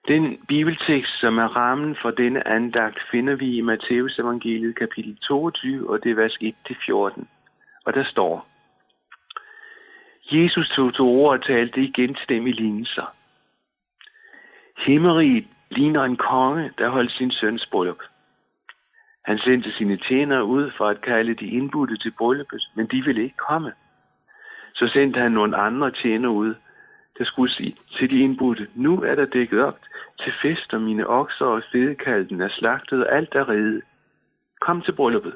Den bibeltekst, som er rammen for denne andagt, finder vi i Matteus evangeliet kapitel 22, og det er vers 1-14. Og der står: Jesus tog til ord og talte igen til dem i lignelser. Himmeriget ligner en konge, der holdt sin søns bryllup. Han sendte sine tjenere ud for at kalde de indbudte til brylluppet, men de ville ikke komme. Så sendte han nogle andre tjenere ud, der skulle sige til de indbudte: nu er der dækket op til fest, og mine okser og fedekalven er slagtet, og alt er redet. Kom til brylluppet.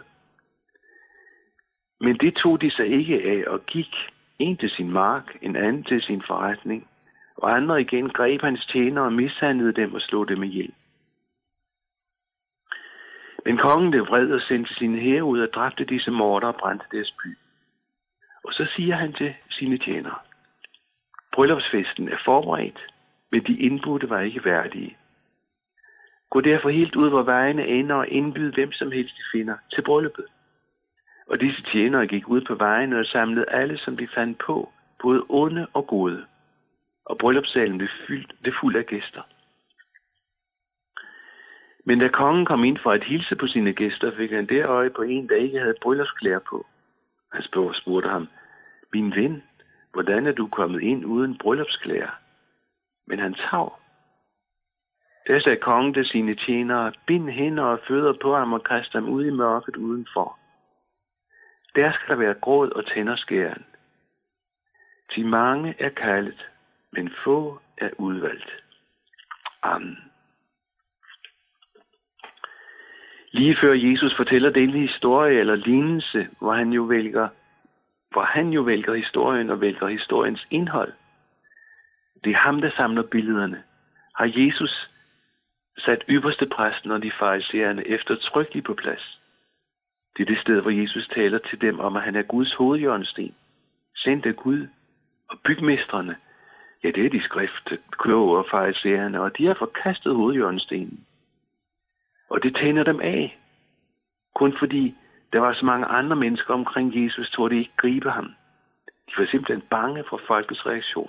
Men det tog de sig ikke af og gik, en til sin mark, en anden til sin forretning, og andre igen greb hans tjenere og mishandlede dem og slog dem ihjel. Men kongen blev vred og sendte sine hære ud og dræbte disse mordere og brændte deres by. Og så siger han til sine tjenere: bryllupsfesten er forberedt, men de indbudte var ikke værdige. Gå derfor helt ud, hvor vejene ender, og indbyd hvem som helst de finder til brylluppet. Og disse tjenere gik ud på vejene og samlede alle, som de fandt på, både onde og gode. Og bryllupssalen blev fuld af gæster. Men da kongen kom ind for at hilse på sine gæster, fik han der øje på en, der ikke havde bryllupsklæder på. Han spurgte ham: min ven, hvordan er du kommet ind uden bryllupsklæder? Men han tav. Der sagde kongen til sine tjenere: bind hænder og fødder på ham og kast ham ud i mørket udenfor. Der skal der være gråd og tænderskæren. De mange er kaldet, men få er udvalgt. Amen. Lige før Jesus fortæller denne historie eller lignelse, hvor han jo vælger historien og vælger historiens indhold. Det er ham, der samler billederne. Har Jesus sat ypperste præsten og de farisæerne eftertrykkeligt på plads. Det er det sted, hvor Jesus taler til dem om, at han er Guds hovedhjørnesten, sendt af Gud, og bygmestrene, ja, det er de skriftkloge og farisæerne, og de har forkastet hovedhjørnestenen. Og det tænder dem af. Kun fordi der var så mange andre mennesker omkring Jesus, tog de ikke gribe ham. De var simpelthen bange for folkets reaktion.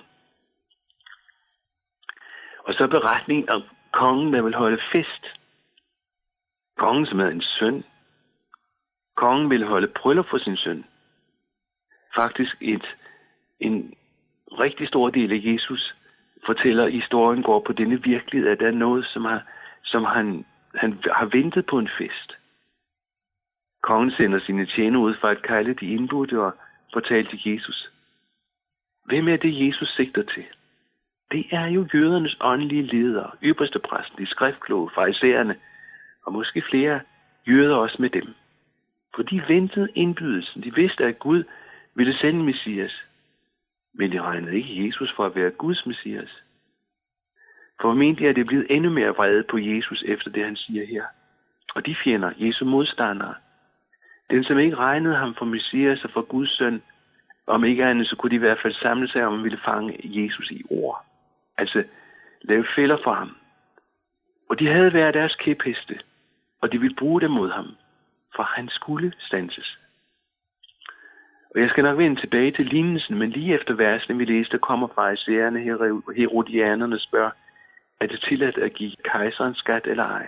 Og så beretningen om kongen, der vil holde fest. Kongen, som havde en søn. Kongen ville holde bryllup for sin søn. Faktisk en rigtig stor del af Jesus fortæller, at historien går på denne virkelighed, at der er noget, som han har ventet på en fest. Kongen sender sine tjenere ud for at kalde de indbudte og fortælle til Jesus: hvem er det, Jesus sigter til? Det er jo jødernes åndelige ledere, ypperstepræsten, de skriftkloge, farisæerne, og måske flere jøder også med dem. For de ventede indbydelsen. De vidste, at Gud ville sende Messias. Men de regnede ikke Jesus for at være Guds Messias. Formentlig er det blevet endnu mere vrede på Jesus efter det, han siger her. Og de fjender, Jesu modstandere. Den, som ikke regnede ham for Messias og for Guds søn, om ikke andet, så kunne de i hvert fald samle sig om, at ville fange Jesus i ord. Altså lave fælder for ham. Og de havde været deres kæpheste, og de ville bruge dem mod ham, for han skulle standses. Og jeg skal nok vende tilbage til lignelsen, men lige efter versene, vi læste, kommer farisæerne, herodianerne, spørger: er det tilladt at give kejseren skat eller ej?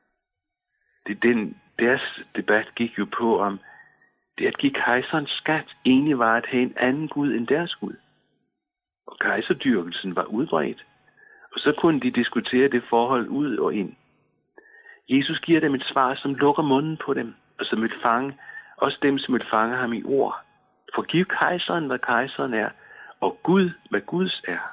Deres debat gik jo på, om det at give kejseren skat egentlig var at have en anden Gud end deres Gud. Og kejserdyrkelsen var udbredt, og så kunne de diskutere det forhold ud og ind. Jesus giver dem et svar, som lukker munden på dem, og som vil fange også dem, som vil fange ham i ord. Forgiv kejseren, hvad kejseren er, og Gud, hvad Guds er.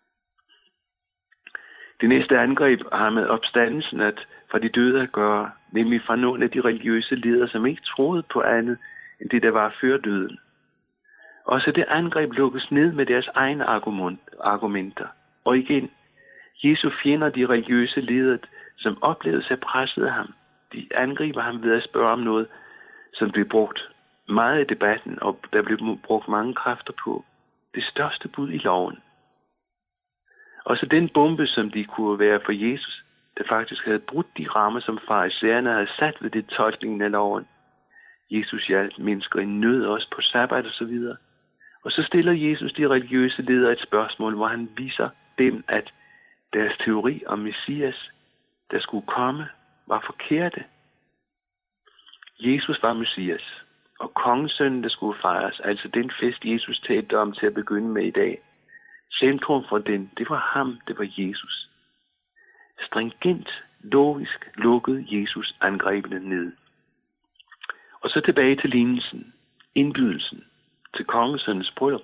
Det næste angreb har med opstandelsen fra de døde at gøre, nemlig fra nogle af de religiøse ledere, som ikke troede på andet end det, der var før døden. Også det angreb lukkes ned med deres egne argumenter. Og igen, Jesu fjender, de religiøse ledere, som oplevede sig presset af ham. De angriber ham ved at spørge om noget, som blev brugt meget i debatten, og der blev brugt mange kræfter på. Det største bud i loven. Også den bombe, som de kunne være for Jesus, der faktisk havde brudt de rammer, som farisæerne havde sat ved det tolkningen af loven. Jesus hjalp mennesker i nød også på sabbat og så videre. Og så stiller Jesus de religiøse ledere et spørgsmål, hvor han viser dem, at deres teori om Messias, der skulle komme, var forkerte. Jesus var Messias, og kongesønnen, der skulle fejres, altså den fest, Jesus talte om til at begynde med i dag, centrum for den, det var ham, det var Jesus. Stringent, logisk lukkede Jesus angrebene ned. Og så tilbage til lignelsen, indbydelsen til kongesønnens bryllup.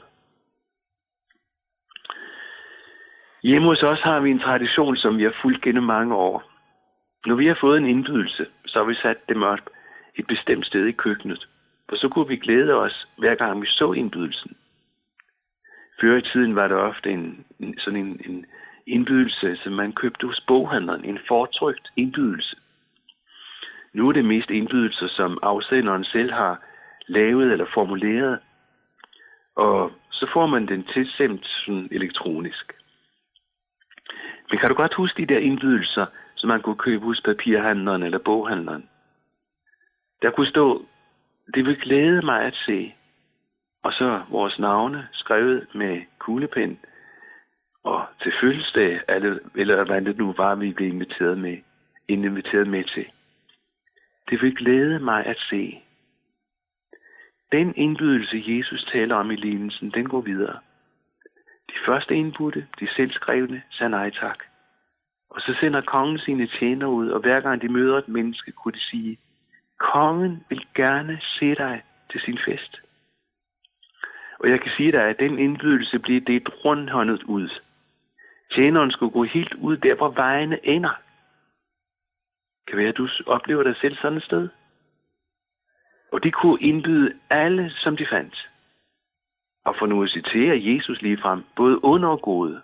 Hjemme hos os har vi en tradition, som vi har fulgt gennem mange år. Når vi har fået en indbydelse, så har vi sat dem op et bestemt sted i køkkenet. For så kunne vi glæde os, hver gang vi så indbydelsen. Før i tiden var der ofte en indbydelse, som man købte hos boghandleren, en fortrykt indbydelse. Nu er det mest indbydelser, som afsenderen selv har lavet eller formuleret, og så får man den tilsendt sådan elektronisk. Men kan du godt huske de der indbydelser, som man kunne købe hos papirhandleren eller boghandleren? Der kunne stå, det vil glæde mig at se, og så vores navne skrevet med kuglepen, og til fødselsdag, eller hvad det nu var, vi blev inviteret med til. Det vil glæde mig at se. Den indbydelse, Jesus taler om i lignelsen, den går videre. De første indbudte, de selvskrevne, sagde nej tak. Og så sender kongen sine tjenere ud, og hver gang de møder et menneske, kunne de sige, kongen vil gerne se dig til sin fest. Og jeg kan sige dig, at den indbydelse blev delt rundhåndet ud. Tjeneren skulle gå helt ud der, hvor vejene ender. Kan være, at du oplever dig selv sådan et sted. Og de kunne indbyde alle, som de fandt. Og for nu at citere Jesus lige frem, både onde og gode.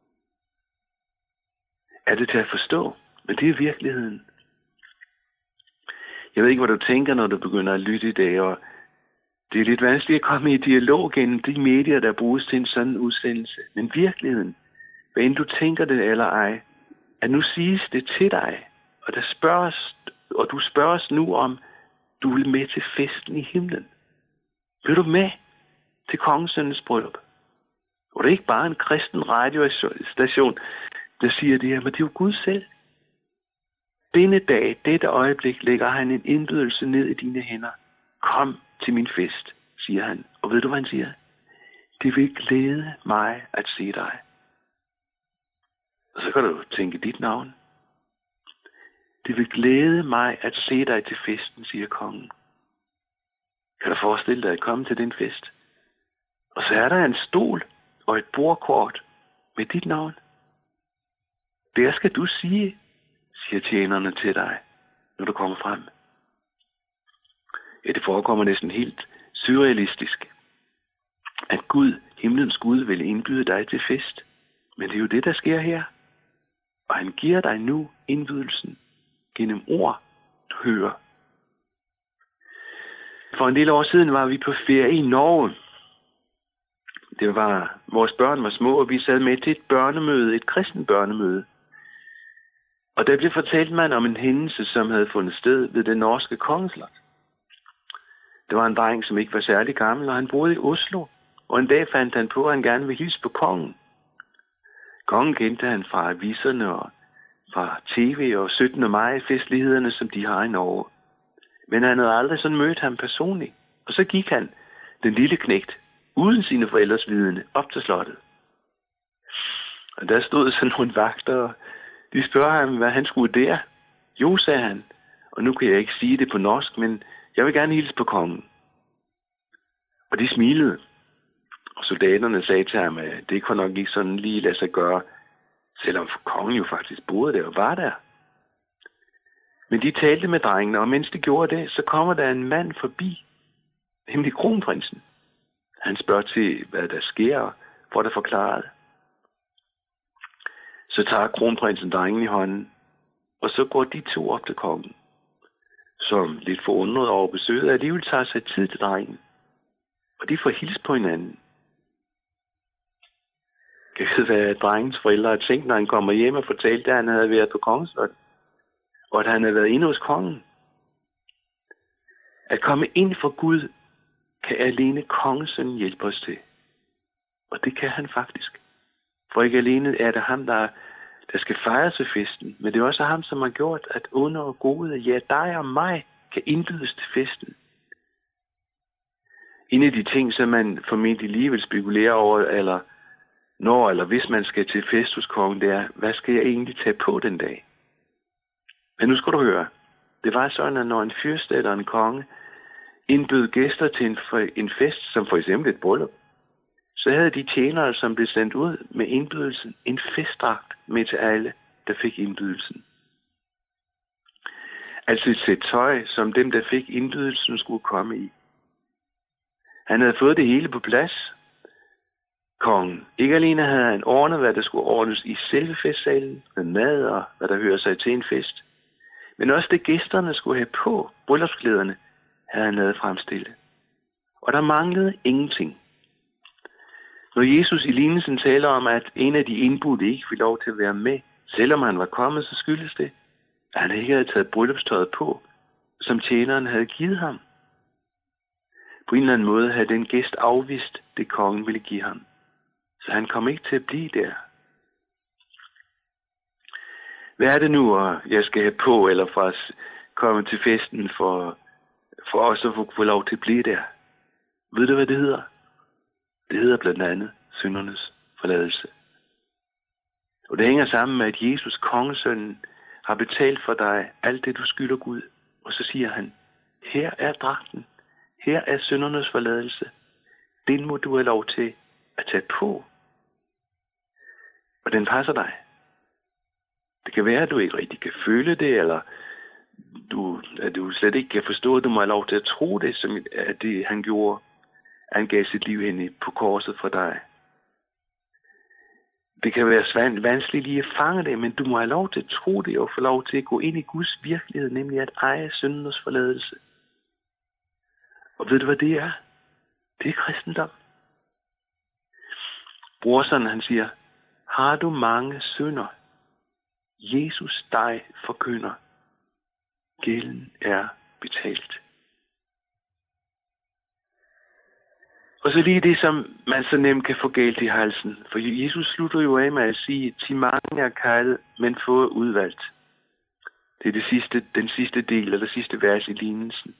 Er det til at forstå? Men det er virkeligheden. Jeg ved ikke, hvad du tænker, når du begynder at lytte i dag, og det er lidt vanskeligt at komme i dialog gennem de medier, der bruges til en sådan udsendelse. Men virkeligheden, hvad end du tænker det eller ej, at nu siges det til dig, og du spørges nu om, du vil med til festen i himlen. Vil du med til kongesønnens bryllup? Og det er ikke bare en kristen radiostation, der siger det her, men det er jo Gud selv. Denne dag, dette øjeblik, lægger han en indbydelse ned i dine hænder. Kom til min fest, siger han. Og ved du, hvad han siger? Det vil glæde mig at se dig. Og så kan du tænke dit navn. Det vil glæde mig at se dig til festen, siger kongen. Kan du forestille dig at komme til den fest? Og så er der en stol og et bordkort med dit navn. Der skal du sige, siger tjenerne til dig, når du kommer frem. Ja, det forekommer næsten helt surrealistisk, at Gud, himlens Gud, vil indbyde dig til fest. Men det er jo det, der sker her. Og han giver dig nu indbydelsen gennem ord, du hører. For en del år siden var vi på ferie i Norge. Vores børn var små, og vi sad med til et børnemøde, et kristent børnemøde. Og der blev fortalt man om en hændelse, som havde fundet sted ved det norske kongeslot. Det var en dreng, som ikke var særlig gammel, og han boede i Oslo. Og en dag fandt han på, at han gerne ville hilse på kongen. Kongen kendte han fra aviserne og fra tv og 17. maj festlighederne, som de har i Norge. Men han havde aldrig sådan mødt ham personligt. Og så gik han, den lille knægt, uden sine forældres vidne, op til slottet. Og der stod sådan nogle vagter, og de spørger ham, hvad han skulle der. Jo, sagde han, og nu kan jeg ikke sige det på norsk, men jeg vil gerne hilse på kongen. Og de smilede. Og soldaterne sagde til ham, at det kunne nok ikke sådan lige lade sig gøre, selvom kongen jo faktisk boede der og var der. Men de talte med drengene, og mens de gjorde det, så kommer der en mand forbi, nemlig kronprinsen. Han spørger til, hvad der sker, og får det forklaret. Så tager kronprinsen drengen i hånden, og så går de to op til kongen, som lidt forundret over besøget, alligevel tager sig tid til drengen. Og de får hils på hinanden. Jeg ved, hvad drengens forældre har tænkt, når han kommer hjem og fortalte, at han havde været på kongeslot, og at han havde været inde hos kongen. At komme ind for Gud, kan alene kongesønnen hjælpe os til. Og det kan han faktisk. For ikke alene er det ham, der der skal fejres ved festen. Men det er også ham, som har gjort, at under og gode, ja, dig og mig, kan indbydes til festen. En af de ting, som man formentlig lige vil spekulere over, eller når eller hvis man skal til fest hos kongen, det er, hvad skal jeg egentlig tage på den dag? Men nu skal du høre. Det var sådan, at når en fyrste eller en konge indbød gæster til en fest, som for eksempel et bryllup, så havde de tjenere, som blev sendt ud med indbydelsen, en festdragt med til alle, der fik indbydelsen. Altså et sæt tøj, som dem, der fik indbydelsen, skulle komme i. Han havde fået det hele på plads. Kongen. Ikke alene havde han ordnet, hvad der skulle ordnes i selve festsalen, med mad og hvad der hører sig til en fest, men også det gæsterne skulle have på, bryllupsklæderne, havde han lavet fremstille. Og der manglede ingenting. Når Jesus i lignelsen taler om, at en af de indbudte ikke fik lov til at være med, selvom han var kommet, så skyldes det, at han ikke havde taget bryllupstøjet på, som tjeneren havde givet ham. På en eller anden måde havde den gæst afvist det, kongen ville give ham. Så han kom ikke til at blive der. Hvad er det nu, jeg skal have på, eller for at komme til festen, for os at få lov til at blive der? Ved du, hvad det hedder? Det hedder blandt andet syndernes forladelse. Og det hænger sammen med, at Jesus, kongesønnen, har betalt for dig alt det, du skylder Gud. Og så siger han, her er dragten. Her er syndernes forladelse. Den må du have lov til at tage på. Og den passer dig. Det kan være, at du ikke rigtig kan føle det, eller at du slet ikke kan forstå, at du må have lov til at tro det, som at det han gjorde. Han gav sit liv hen på korset for dig. Det kan være vanskeligt lige at fange det, men du må have lov til at tro det, og få lov til at gå ind i Guds virkelighed, nemlig at eje syndernes forladelse. Og ved du, hvad det er? Det er kristendom. Brorson, han siger, har du mange synder? Jesus dig forkynder. Gælden er betalt. Og så lige det, som man så nemt kan få galt i halsen. For Jesus slutter jo af med at sige, at mange er kaldet, men få er udvalgt. Det er den sidste del, eller sidste vers i lignelsen.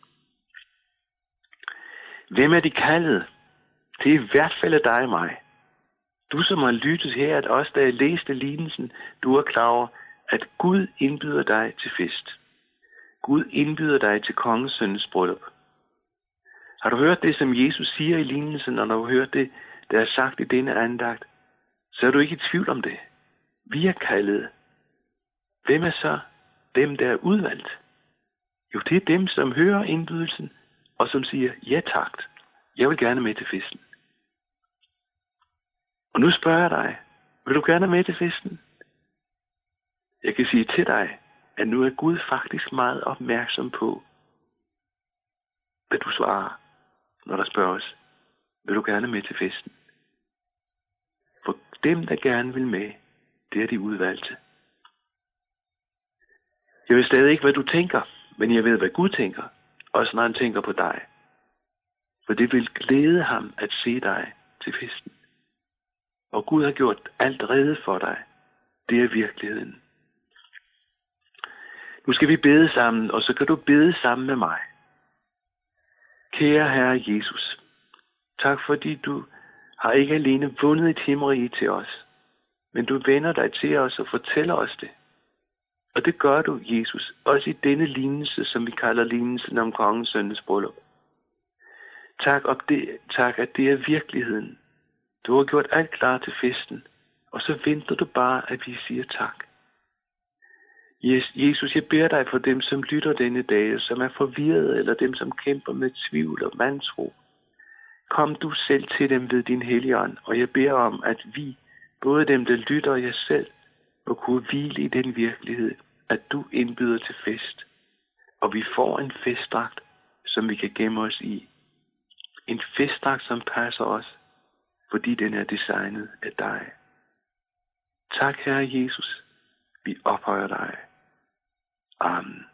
Hvem er de kaldet? Det er i hvert fald dig og mig. Du, som har lyttet her, at også da jeg læste lignelsen, du er klar over, at Gud indbyder dig til fest. Gud indbyder dig til kongesønnens bryllup. Har du hørt det, som Jesus siger i lignelsen, og når du har hørt det, der er sagt i denne andagt, så er du ikke i tvivl om det. Vi er kaldet. Hvem er så dem, der er udvalgt? Jo, det er dem, som hører indbydelsen, og som siger, ja tak, jeg vil gerne med til festen. Og nu spørger jeg dig, vil du gerne med til festen? Jeg kan sige til dig, at nu er Gud faktisk meget opmærksom på, hvad du svarer, når der spørges, vil du gerne med til festen? For dem, der gerne vil med, det er de udvalgte. Jeg ved stadig ikke, hvad du tænker, men jeg ved, hvad Gud tænker, også når han tænker på dig. For det vil glæde ham at se dig til festen. Og Gud har gjort alt rede for dig. Det er virkeligheden. Nu skal vi bede sammen, og så kan du bede sammen med mig. Kære Herre Jesus, tak fordi du har ikke alene vundet et himmerige til os, men du vender dig til os og fortæller os det. Og det gør du, Jesus, også i denne lignelse, som vi kalder lignelsen om kongens sønnes bryllup. Tak, at det er virkeligheden. Du har gjort alt klar til festen, og så venter du bare, at vi siger tak. Jesus, jeg beder dig for dem, som lytter denne dag, som er forvirrede, eller dem, som kæmper med tvivl og vantro. Kom du selv til dem ved din Helligånd, og jeg beder om, at vi, både dem, der lytter og jeg selv, må kunne hvile i den virkelighed, at du indbyder til fest, og vi får en festdragt, som vi kan gemme os i. En festdragt, som passer os, fordi den er designet af dig. Tak, Herre Jesus. Vi ophøjer dig. Amen.